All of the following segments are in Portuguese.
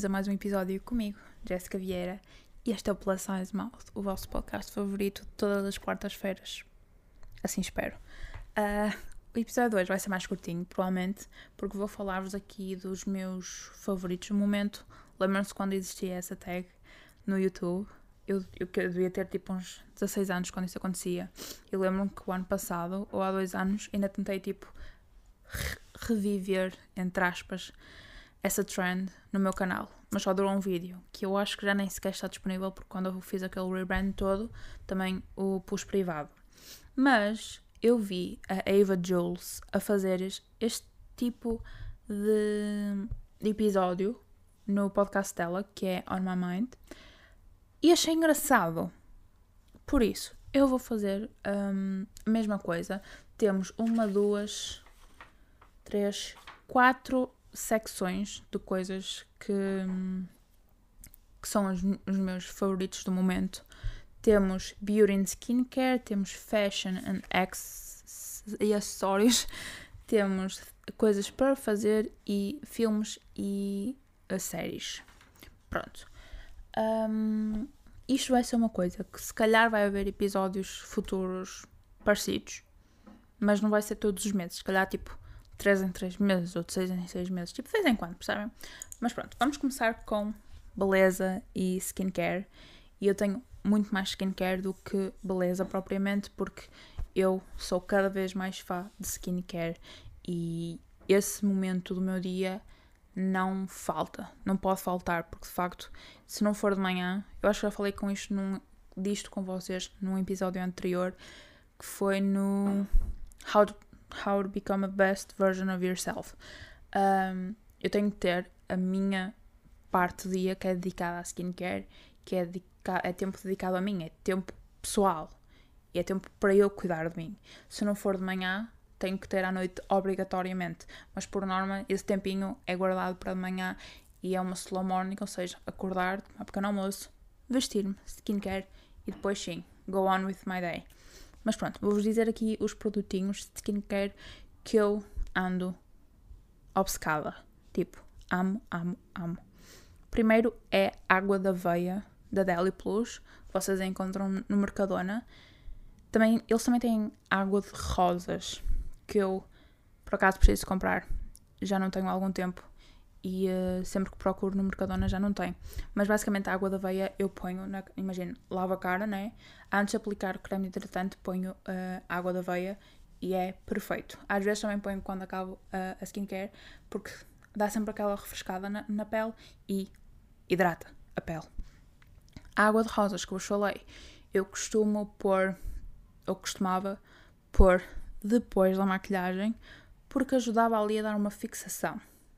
bem-vindos a mais um episódio comigo, Jéssica Vieira, e este é o Plus Size Mouth, o vosso podcast favorito de todas as quartas-feiras. Assim espero. O episódio de hoje vai ser mais curtinho, provavelmente, porque vou falar-vos aqui dos meus favoritos do momento. Lembram-se quando existia essa tag no YouTube? Eu devia ter tipo uns 16 anos quando isso acontecia. Eu lembro-me que o ano passado, ou há 2 anos, ainda tentei tipo reviver, entre aspas, essa trend no meu canal, mas só durou um vídeo, que eu acho que já nem sequer está disponível, porque quando eu fiz aquele rebrand todo, também o pus privado. Mas eu vi a Ava Jules a fazer este tipo de episódio no podcast dela, que é On My Mind, e achei engraçado. Por isso, eu vou fazer a mesma coisa. Temos 1, 2, 3, 4 secções de coisas que são os meus favoritos do momento. Temos Beauty and Skincare, temos Fashion and Accessories, temos coisas para fazer e filmes e séries. Pronto. Isto vai ser uma coisa que se calhar vai haver episódios futuros parecidos, mas não vai ser todos os meses. Se calhar tipo 3 em 3 meses ou de 6 em 6 meses, tipo de vez em quando, percebem? Mas pronto, vamos começar com beleza e skincare. E eu tenho muito mais skincare do que beleza propriamente, porque eu sou cada vez mais fã de skincare e esse momento do meu dia não falta, não pode faltar, porque de facto, se não for de manhã, eu acho que já falei disto com vocês num episódio anterior, que foi no How to Become a Best Version of Yourself. Eu tenho que ter a minha parte do dia que é dedicada à skincare, que é tempo dedicado a mim, é tempo pessoal e é tempo para eu cuidar de mim. Se não for de manhã, tenho que ter à noite obrigatoriamente, mas por norma esse tempinho é guardado para de manhã e é uma slow morning, ou seja, acordar, tomar pequeno almoço, vestir-me, skincare e depois sim, go on with my day. Mas pronto, vou-vos dizer aqui os produtinhos de skincare que eu ando obcecada. Tipo, amo. Primeiro é água de aveia da Deli Plus, que vocês encontram no Mercadona. Eles também têm água de rosas, que eu por acaso preciso comprar. Já não tenho há algum tempo e sempre que procuro no Mercadona já não tem. Mas basicamente a água de aveia eu ponho, imagina, lavo a cara, né? Antes de aplicar o creme hidratante ponho água de aveia e é perfeito. Às vezes também ponho quando acabo a skincare, porque dá sempre aquela refrescada na pele e hidrata a pele. A água de rosas que eu vos falei, eu costumava pôr depois da maquilhagem, porque ajudava ali a dar uma fixação.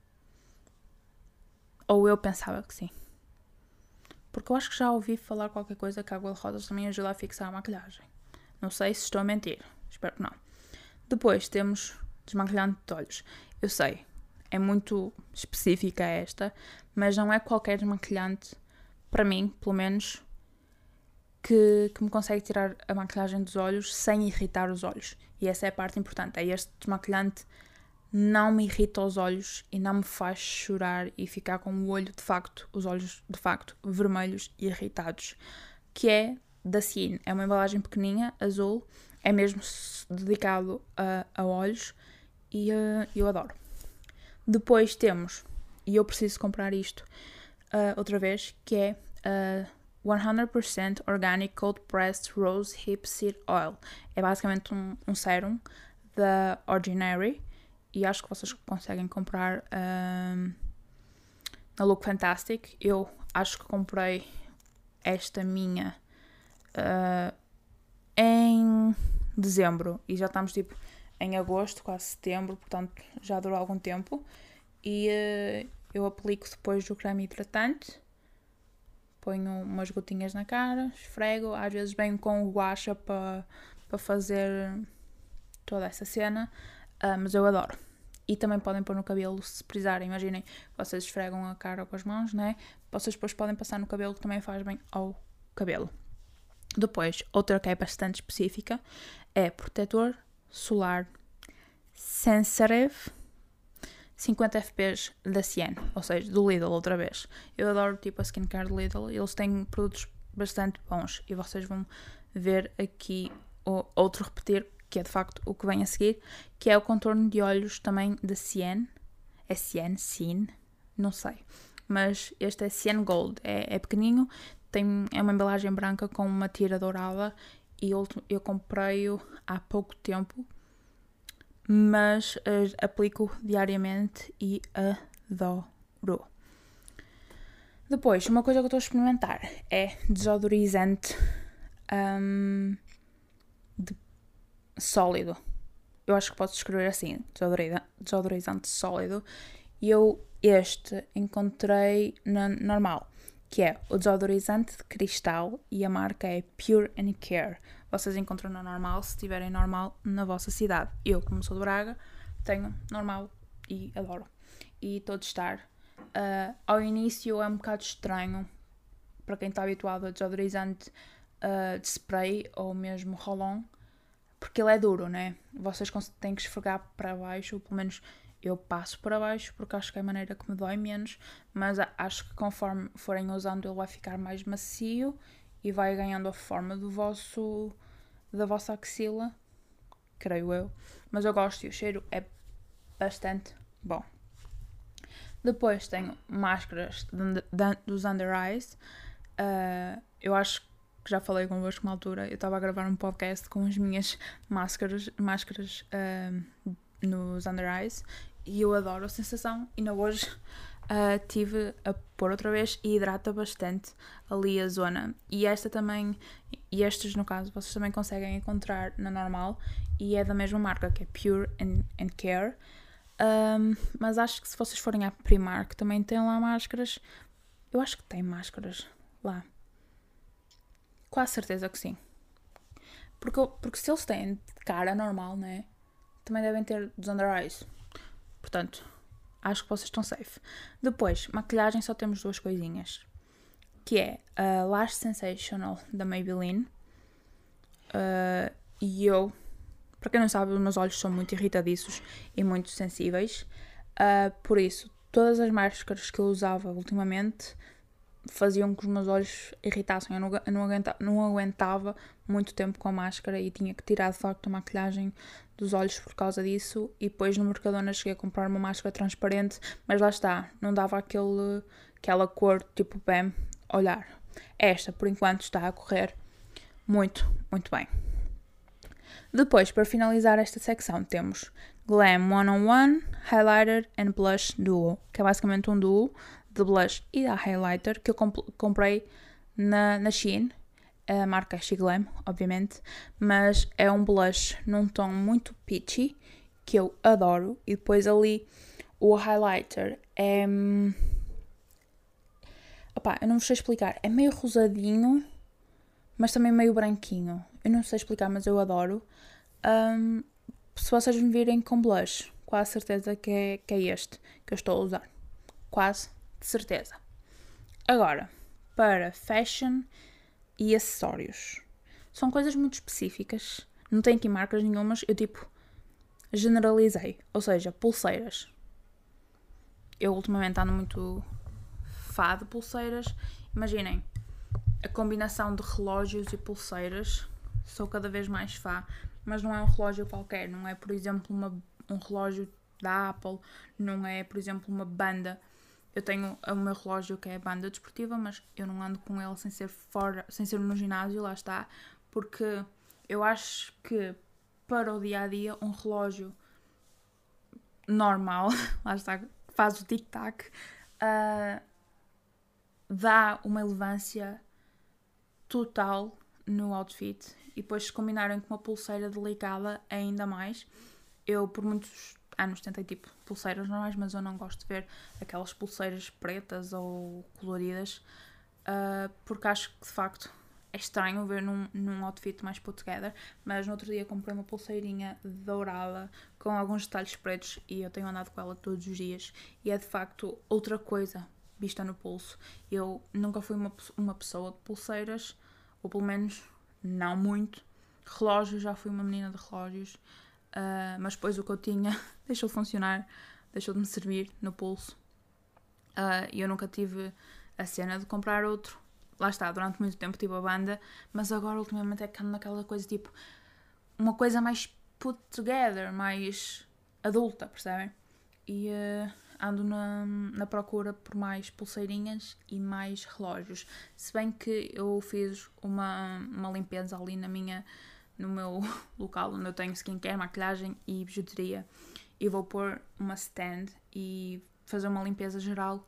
Ou eu pensava que sim. Porque eu acho que já ouvi falar qualquer coisa que a água de rosas também ajuda a fixar a maquilhagem. Não sei se estou a mentir. Espero que não. Depois temos desmaquilhante de olhos. Eu sei, é muito específica esta, mas não é qualquer desmaquilhante, para mim, pelo menos, que me consegue tirar a maquilhagem dos olhos sem irritar os olhos. E essa é a parte importante. É este desmaquilhante não me irrita os olhos e não me faz chorar e ficar com os olhos de facto vermelhos e irritados, que é da Shein. É uma embalagem pequeninha, azul, é mesmo dedicado a olhos e eu adoro. Depois temos, e eu preciso comprar isto outra vez, que é 100% Organic Cold Pressed Rose Hip Seed Oil. É basicamente um sérum da Ordinary e acho que vocês conseguem comprar na Look Fantastic. Eu acho que comprei esta minha em dezembro e já estamos tipo em agosto, quase setembro, portanto já durou algum tempo e eu aplico depois do creme hidratante, ponho umas gotinhas na cara, esfrego, às vezes venho com o guacha para fazer toda essa cena, mas eu adoro. E também podem pôr no cabelo se precisarem. Imaginem, vocês esfregam a cara com as mãos, né? Vocês depois podem passar no cabelo, que também faz bem ao cabelo. Depois, outra que é bastante específica é protetor solar sensitive, 50 FPs da Cian, ou seja, do Lidl outra vez. Eu adoro tipo a skincare do Lidl, eles têm produtos bastante bons e vocês vão ver aqui outro repetir, que é de facto o que vem a seguir, que é o contorno de olhos também da Cian. É Cian, não sei. Mas este é Cian Gold, é pequeninho, é uma embalagem branca com uma tira dourada e eu comprei-o há pouco tempo, mas aplico diariamente e adoro. Depois, uma coisa que eu estou a experimentar é desodorizante sólido. Eu acho que posso escrever assim, desodorizante sólido. E eu encontrei na normal, que é o desodorizante de cristal e a marca é Pure and Care. Vocês encontram no normal se tiverem normal na vossa cidade. Eu, como sou de Braga, tenho normal e adoro. E estou a testar. Ao início é um bocado estranho para quem está habituado a desodorizante de spray ou mesmo roll-on, porque ele é duro, né? Vocês têm que esfregar para baixo, pelo menos eu passo para baixo porque acho que é a maneira que me dói menos, mas acho que conforme forem usando ele vai ficar mais macio e vai ganhando a forma da vossa axila, creio eu. Mas eu gosto e o cheiro é bastante bom. Depois tenho máscaras dos Under Eyes. Eu acho que já falei convosco uma altura, eu estava a gravar um podcast com as minhas máscaras nos Under Eyes e eu adoro a sensação. E hoje tive a pôr outra vez e hidrata bastante ali a zona. E esta também, e estes no caso, vocês também conseguem encontrar na normal e é da mesma marca, que é Pure and Care. Mas acho que se vocês forem à Primark também tem lá máscaras. Eu acho que tem máscaras lá. Quase certeza que sim. Porque se eles têm de cara normal, né? Também devem ter dos Under Eyes. Portanto, acho que vocês estão safe. Depois, maquilhagem só temos duas coisinhas. Que é a Lash Sensational da Maybelline. E eu, para quem não sabe, os meus olhos são muito irritadiços e muito sensíveis. Por isso, todas as máscaras que eu usava ultimamente faziam com que os meus olhos irritassem. Eu não aguentava muito tempo com a máscara e tinha que tirar de facto a maquilhagem dos olhos por causa disso. E depois no Mercadona cheguei a comprar uma máscara transparente, mas lá está, não dava aquela cor tipo bam, olhar. Esta, por enquanto, está a correr muito, muito bem. Depois, para finalizar esta secção, temos Glam One-on-One, Highlighter and Blush Duo, que é basicamente um duo de blush e da highlighter que eu comprei na Shein. A marca é Shiglam, obviamente, mas é um blush num tom muito peachy, que eu adoro. E depois ali o highlighter é... eu não vos sei explicar. É meio rosadinho, mas também meio branquinho. Eu não sei explicar, mas eu adoro. Se vocês me virem com blush, quase certeza que é este que eu estou a usar. Quase de certeza. Agora, para fashion e acessórios. São coisas muito específicas. Não tem aqui marcas nenhumas. Eu generalizei. Ou seja, pulseiras. Eu ultimamente ando muito fã de pulseiras. Imaginem, a combinação de relógios e pulseiras. Sou cada vez mais fã. Mas não é um relógio qualquer. Não é, por exemplo, um relógio da Apple. Não é, por exemplo, uma banda. Eu tenho o meu relógio que é a banda desportiva, mas eu não ando com ele sem ser no ginásio, lá está. Porque eu acho que para o dia-a-dia um relógio normal, lá está, faz o tic-tac, dá uma relevância total no outfit. E depois se combinarem com uma pulseira delicada ainda mais. Eu por muitos anos tentei tipo pulseiras normais, mas eu não gosto de ver aquelas pulseiras pretas ou coloridas, porque acho que de facto é estranho ver num outfit mais put together. Mas no outro dia comprei uma pulseirinha dourada com alguns detalhes pretos e eu tenho andado com ela todos os dias e é de facto outra coisa vista no pulso. Eu nunca fui uma pessoa de pulseiras, ou pelo menos não muito. Relógios, já fui uma menina de relógios, mas depois o que eu tinha deixou de funcionar deixou de me servir no pulso. E eu nunca tive a cena de comprar outro. Lá está, durante muito tempo tive a banda, mas agora ultimamente é que ando naquela coisa tipo, uma coisa mais put together, mais adulta, percebem? E ando na procura por mais pulseirinhas e mais relógios. Se bem que eu fiz uma limpeza ali no meu local onde eu tenho skincare, maquilhagem e bijuteria, e vou pôr uma stand e fazer uma limpeza geral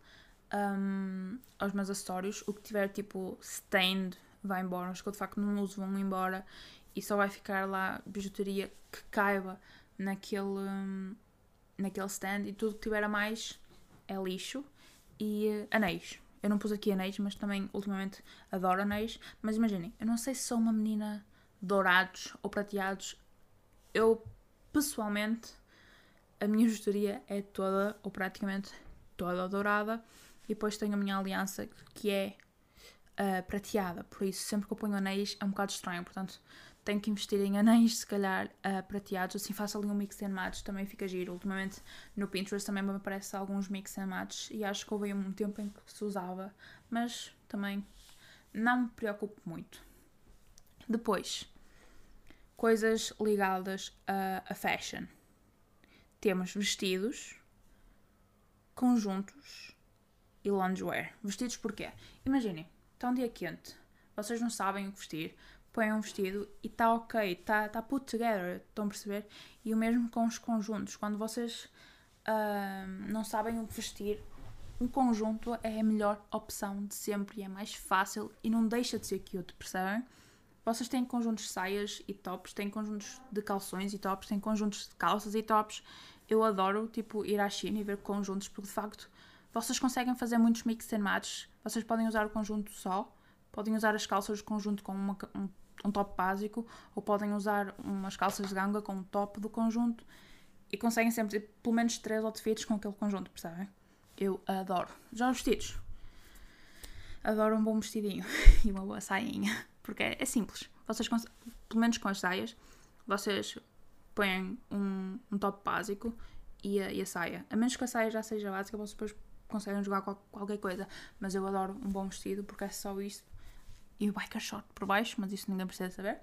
aos meus acessórios. O que tiver tipo stained vai embora, os que eu de facto não uso vão embora, e só vai ficar lá bijuteria que caiba naquele stand, e tudo que tiver a mais é lixo. E anéis, eu não pus aqui anéis, mas também ultimamente adoro anéis. Mas imaginem, eu não sei se sou uma menina dourados ou prateados. Eu pessoalmente, a minha bijuteria é toda ou praticamente toda dourada, e depois tenho a minha aliança que é prateada, por isso sempre que eu ponho anéis é um bocado estranho, portanto tenho que investir em anéis, se calhar prateados, assim faço ali um mix and match, também fica giro. Ultimamente no Pinterest também me aparecem alguns mix and match, e acho que houve um tempo em que se usava, mas também não me preocupo muito. Depois, coisas ligadas a fashion. Temos vestidos, conjuntos e loungewear. Vestidos porquê? Imaginem, está um dia quente, vocês não sabem o que vestir, põem um vestido e está ok, está put together, estão a perceber? E o mesmo com os conjuntos. Quando vocês não sabem o que vestir, um conjunto é a melhor opção de sempre e é mais fácil e não deixa de ser cute, percebem? Vocês têm conjuntos de saias e tops, têm conjuntos de calções e tops, têm conjuntos de calças e tops. Eu adoro, tipo, ir à China e ver conjuntos, porque de facto vocês conseguem fazer muitos mix and match. Vocês podem usar o conjunto só, podem usar as calças de conjunto com um top básico, ou podem usar umas calças de ganga com um top do conjunto, e conseguem sempre ter pelo menos 3 outfits com aquele conjunto, percebem? Eu adoro. Já os vestidos, adoro um bom vestidinho e uma boa sainha, porque é simples. Vocês, pelo menos com as saias, vocês põem um top básico e a saia. A menos que a saia já seja básica, vocês depois conseguem jogar qualquer coisa. Mas eu adoro um bom vestido, porque é só isso. E o biker short por baixo, mas isso ninguém precisa saber.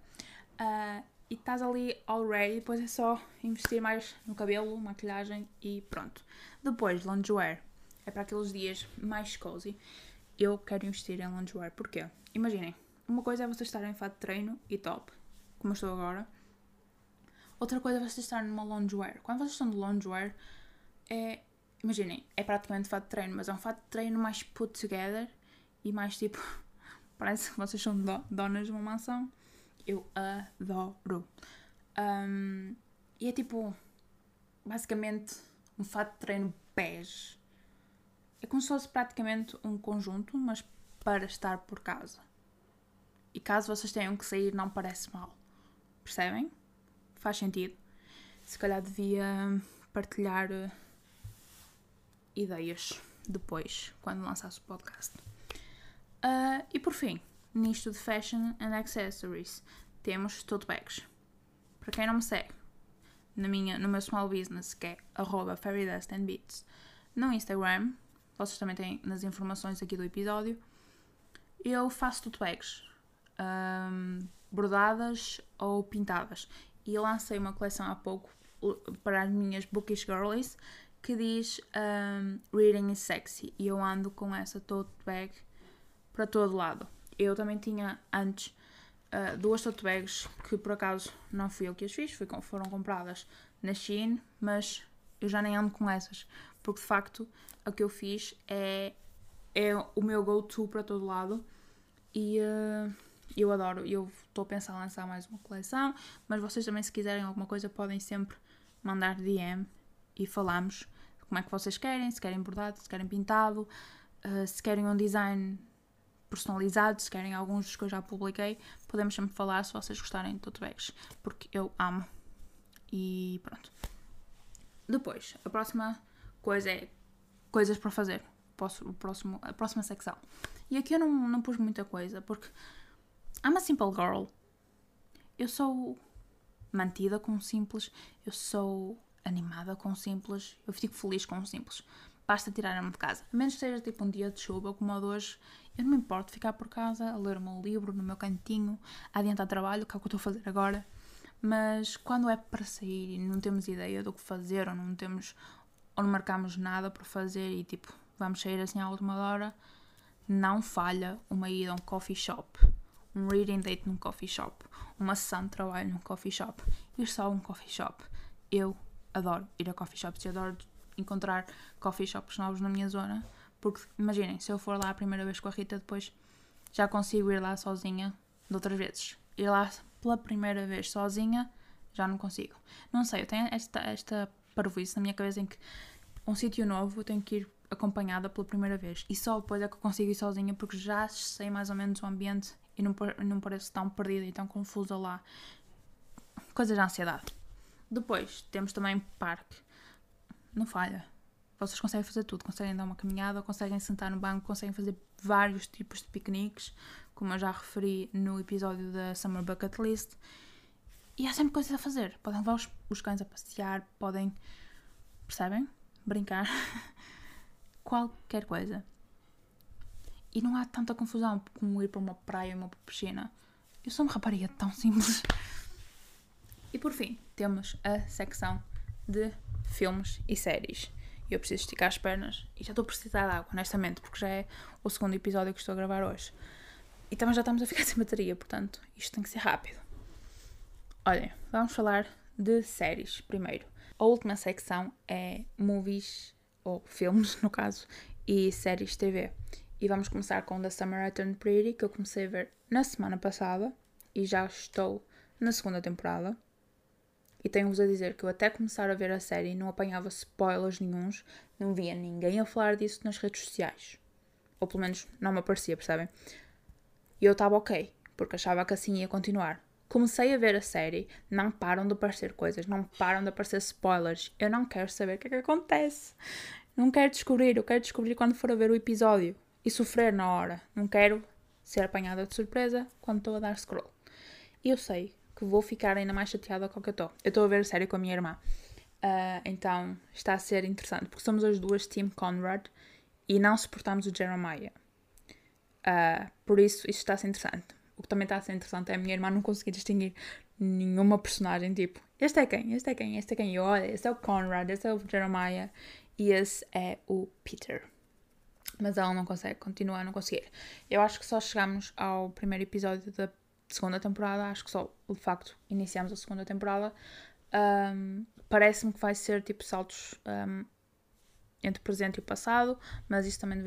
E estás ali all ready, depois é só investir mais no cabelo, maquilhagem e pronto. Depois, loungewear. É para aqueles dias mais cozy. Eu quero investir em loungewear. Porquê? Imaginem, uma coisa é vocês estarem em fato de treino e top, como eu estou agora. Outra coisa é vocês estarem numa loungewear. Quando vocês estão de loungewear, imaginem, é praticamente fato de treino, mas é um fato de treino mais put together e mais tipo, parece que vocês são donas de uma mansão. Eu adoro. E é tipo, basicamente, um fato de treino bege. É como se fosse praticamente um conjunto, mas para estar por casa. E caso vocês tenham que sair, não parece mal. Percebem? Faz sentido. Se calhar devia partilhar ideias depois, quando lançasse o podcast. E por fim, nisto de fashion and accessories, temos tote bags. Para quem não me segue, no meu small business, que é @fairydustandbeats, no Instagram, vocês também têm nas informações aqui do episódio, eu faço tote bags, bordadas ou pintadas. E lancei uma coleção há pouco para as minhas bookish girlies, que diz Reading is Sexy, e eu ando com essa tote bag para todo lado. Eu também tinha antes 2 tote bags que por acaso não fui eu que as fiz, foram compradas na Shein, mas eu já nem ando com essas, porque de facto o que eu fiz é o meu go-to para todo lado, e eu adoro. Eu estou a pensar em lançar mais uma coleção, mas vocês também, se quiserem alguma coisa, podem sempre mandar DM e falamos como é que vocês querem, se querem bordado, se querem pintado, se querem um design personalizado, se querem alguns dos que eu já publiquei, podemos sempre falar se vocês gostarem de tote bags, porque eu amo. E pronto. Depois, a próxima coisa é coisas para fazer. A próxima secção. E aqui eu não pus muita coisa, porque I'm a simple girl. Eu sou mantida com simples. Eu sou animada com o simples, eu fico feliz com o simples. Basta tirar-me de casa. A menos que seja tipo um dia de chuva, como o de hoje, eu não me importo ficar por casa a ler o meu livro no meu cantinho, a adiantar trabalho, que é o que eu estou a fazer agora. Mas quando é para sair e não temos ideia do que fazer, ou não marcamos nada por fazer e tipo, vamos sair assim à última hora, não falha uma ida a um coffee shop, um reading date num coffee shop, uma sessão de trabalho num coffee shop, ir só a um coffee shop. Eu adoro ir a coffee shops e adoro encontrar coffee shops novos na minha zona, porque imaginem, se eu for lá a primeira vez com a Rita, depois já consigo ir lá sozinha de outras vezes. Ir lá pela primeira vez sozinha, já não consigo. Não sei, eu tenho esta parvoíce na minha cabeça em que um sítio novo eu tenho que ir acompanhada pela primeira vez. E só depois é que eu consigo ir sozinha, porque já sei mais ou menos o ambiente e não pareço tão perdida e tão confusa lá. Coisas de ansiedade. Depois, temos também parque. Não falha. Vocês conseguem fazer tudo. Conseguem dar uma caminhada, conseguem sentar no banco, conseguem fazer vários tipos de piqueniques, como eu já referi no episódio da Summer Bucket List. E há sempre coisas a fazer. Podem levar os cães a passear, podem, percebem? Brincar. Qualquer coisa. E não há tanta confusão como ir para uma praia ou uma piscina. Eu sou uma rapariga tão simples. E por fim, temos a secção de filmes e séries. Eu preciso esticar as pernas e já estou a precisar de água, honestamente, porque já é o segundo episódio que estou a gravar hoje. E também já estamos a ficar sem bateria, portanto, isto tem que ser rápido. Olhem, vamos falar de séries primeiro. A última secção é movies, ou filmes, no caso, e séries de TV. E vamos começar com The Summer I Turned Pretty, que eu comecei a ver na semana passada e já estou na segunda temporada. E tenho-vos a dizer que eu até começar a ver a série não apanhava spoilers nenhuns, não via ninguém a falar disso nas redes sociais. Ou pelo menos não me aparecia, percebem? E eu estava ok, porque achava que assim ia continuar. Comecei a ver a série, não param de aparecer coisas, não param de aparecer spoilers. Eu não quero saber o que é que acontece. Não quero descobrir, eu quero descobrir quando for a ver o episódio. E sofrer na hora. Não quero ser apanhada de surpresa quando estou a dar scroll. E eu sei que vou ficar ainda mais chateada com o que eu estou. Eu estou a ver a série com a minha irmã. Então está a ser interessante, porque somos as duas Team Conrad e não suportamos o Jeremiah. Por isso está a ser interessante. O que também está a ser interessante é a minha irmã não conseguir distinguir nenhuma personagem, tipo, este é quem, este é quem, este é quem. E olha, este é o Conrad, este é o Jeremiah e esse é o Peter. Mas ela não consegue, continua a não conseguir. Eu acho que só chegamos ao primeiro episódio da segunda temporada, acho que só, de facto, iniciamos a segunda temporada. Parece-me que vai ser tipo saltos entre o presente e o passado, mas isso também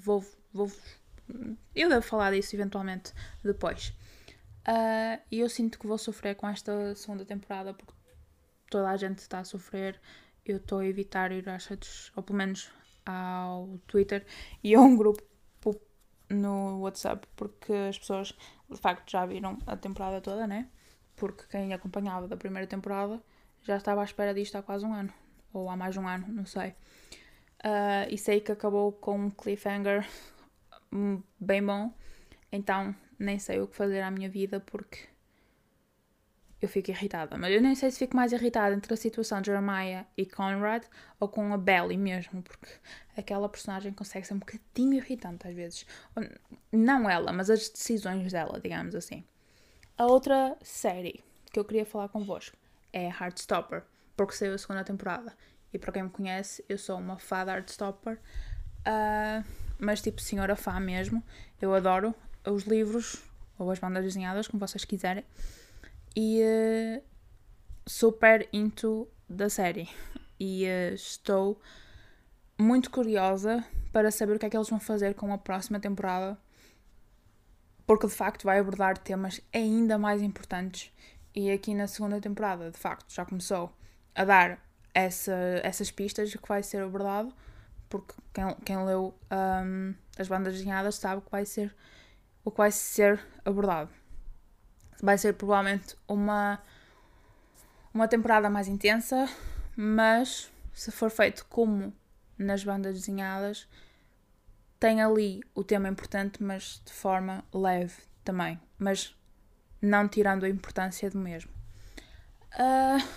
eu devo falar disso eventualmente depois. E eu sinto que vou sofrer com esta segunda temporada, porque toda a gente está a sofrer. Eu estou a evitar ir às redes, ou pelo menos ao Twitter e a um grupo no WhatsApp, porque as pessoas de facto já viram a temporada toda, né? Porque quem acompanhava da primeira temporada já estava à espera disto há quase um ano, ou há mais de um ano, não sei. E sei que acabou com um cliffhanger bem bom, então nem sei o que fazer à minha vida porque eu fico irritada. Mas eu nem sei se fico mais irritada entre a situação de Jeremiah e Conrad ou com a Belly mesmo, porque aquela personagem consegue ser um bocadinho irritante às vezes. Não ela, mas as decisões dela, digamos assim. A outra série que eu queria falar convosco é Heartstopper, porque saiu a segunda temporada. E para quem me conhece, eu sou uma fã de Heartstopper, mas tipo senhora fã mesmo. Eu adoro os livros ou as bandas desenhadas, como vocês quiserem. E super into da série. E estou muito curiosa para saber o que é que eles vão fazer com a próxima temporada, porque de facto vai abordar temas ainda mais importantes. E aqui na segunda temporada, de facto, já começou a dar essas pistas de que vai ser abordado, porque quem leu as bandas desenhadas sabe que vai ser o que vai ser abordado. Vai ser provavelmente uma temporada mais intensa, mas se for feito como nas bandas desenhadas, tem ali o tema importante, mas de forma leve também, mas não tirando a importância do mesmo.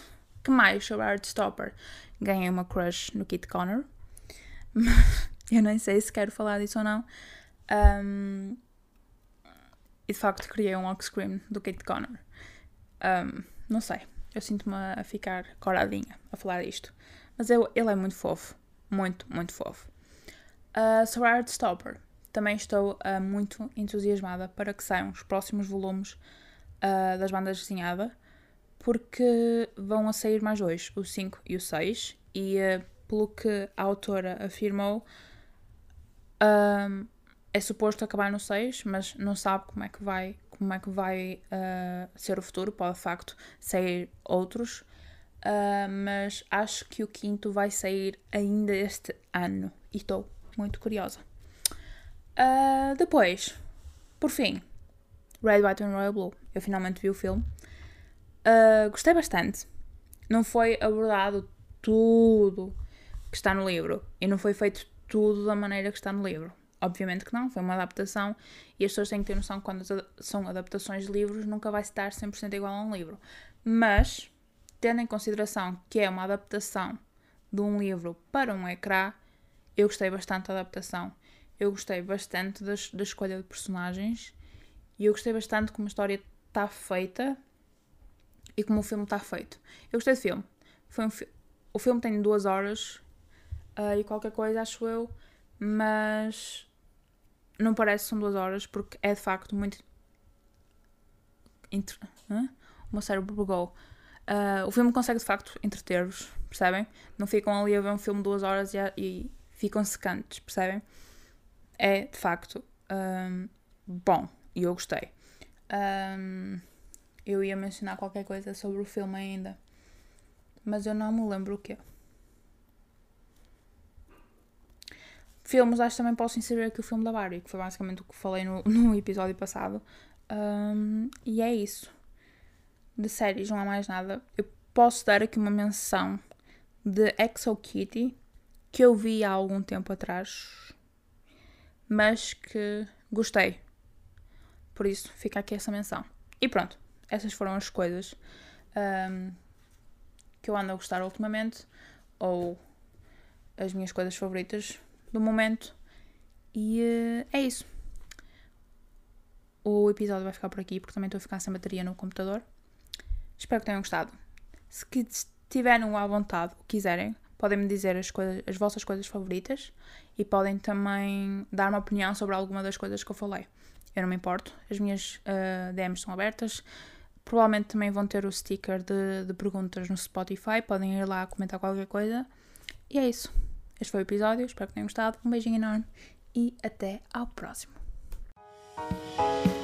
Que mais sobre Heartstopper? Ganhei uma crush no Kit Connor. Eu nem sei se quero falar disso ou não. E de facto criei um lock-screen do Kit Connor. Não sei. Eu sinto-me a ficar coradinha a falar disto. Mas ele é muito fofo. Muito, muito fofo. Sobre Heartstopper, também estou muito entusiasmada para que saiam os próximos volumes das bandas desenhadas, porque vão a sair mais dois, o 5 e o 6, e pelo que a autora afirmou, é suposto acabar no 6, mas não sabe como é que vai ser o futuro. Pode de facto sair outros, mas acho que o 5º vai sair ainda este ano e estou muito curiosa. Depois, por fim, Red, White and Royal Blue. Eu finalmente vi o filme. Gostei bastante. Não foi abordado tudo que está no livro e não foi feito tudo da maneira que está no livro. Obviamente que não, foi uma adaptação e as pessoas têm que ter noção que quando são adaptações de livros nunca vai estar 100% igual a um livro. Mas, tendo em consideração que é uma adaptação de um livro para um ecrã, eu gostei bastante da adaptação. Eu gostei bastante da escolha de personagens e eu gostei bastante como a história está feita e como o filme está feito. Eu gostei do filme. O filme tem 2 horas e qualquer coisa, acho eu, mas não parece que são 2 horas porque é de facto muito... O meu cérebro bugou. O filme consegue de facto entreter-vos, percebem? Não ficam ali a ver um filme de 2 horas e ficam secantes, percebem? É de facto bom e eu gostei. Eu ia mencionar qualquer coisa sobre o filme ainda, mas eu não me lembro o quê. Filmes, acho que também posso inserir aqui o filme da Barbie, que foi basicamente o que falei no episódio passado. E é isso. De séries não há mais nada. Eu posso dar aqui uma menção de Exo Kitty, que eu vi há algum tempo atrás, mas que gostei. Por isso, fica aqui essa menção. E pronto, essas foram as coisas que eu ando a gostar ultimamente, ou as minhas coisas favoritas do momento. E é isso. O episódio vai ficar por aqui, porque também estou a ficar sem bateria no computador. Espero que tenham gostado. Se tiverem à vontade, o quiserem, podem-me dizer as vossas coisas favoritas e podem também dar uma opinião sobre alguma das coisas que eu falei. Eu não me importo, as minhas DMs são abertas. Provavelmente também vão ter o sticker de perguntas no Spotify, podem ir lá comentar qualquer coisa. E é isso. Este foi o episódio, espero que tenham gostado. Um beijinho enorme e até ao próximo.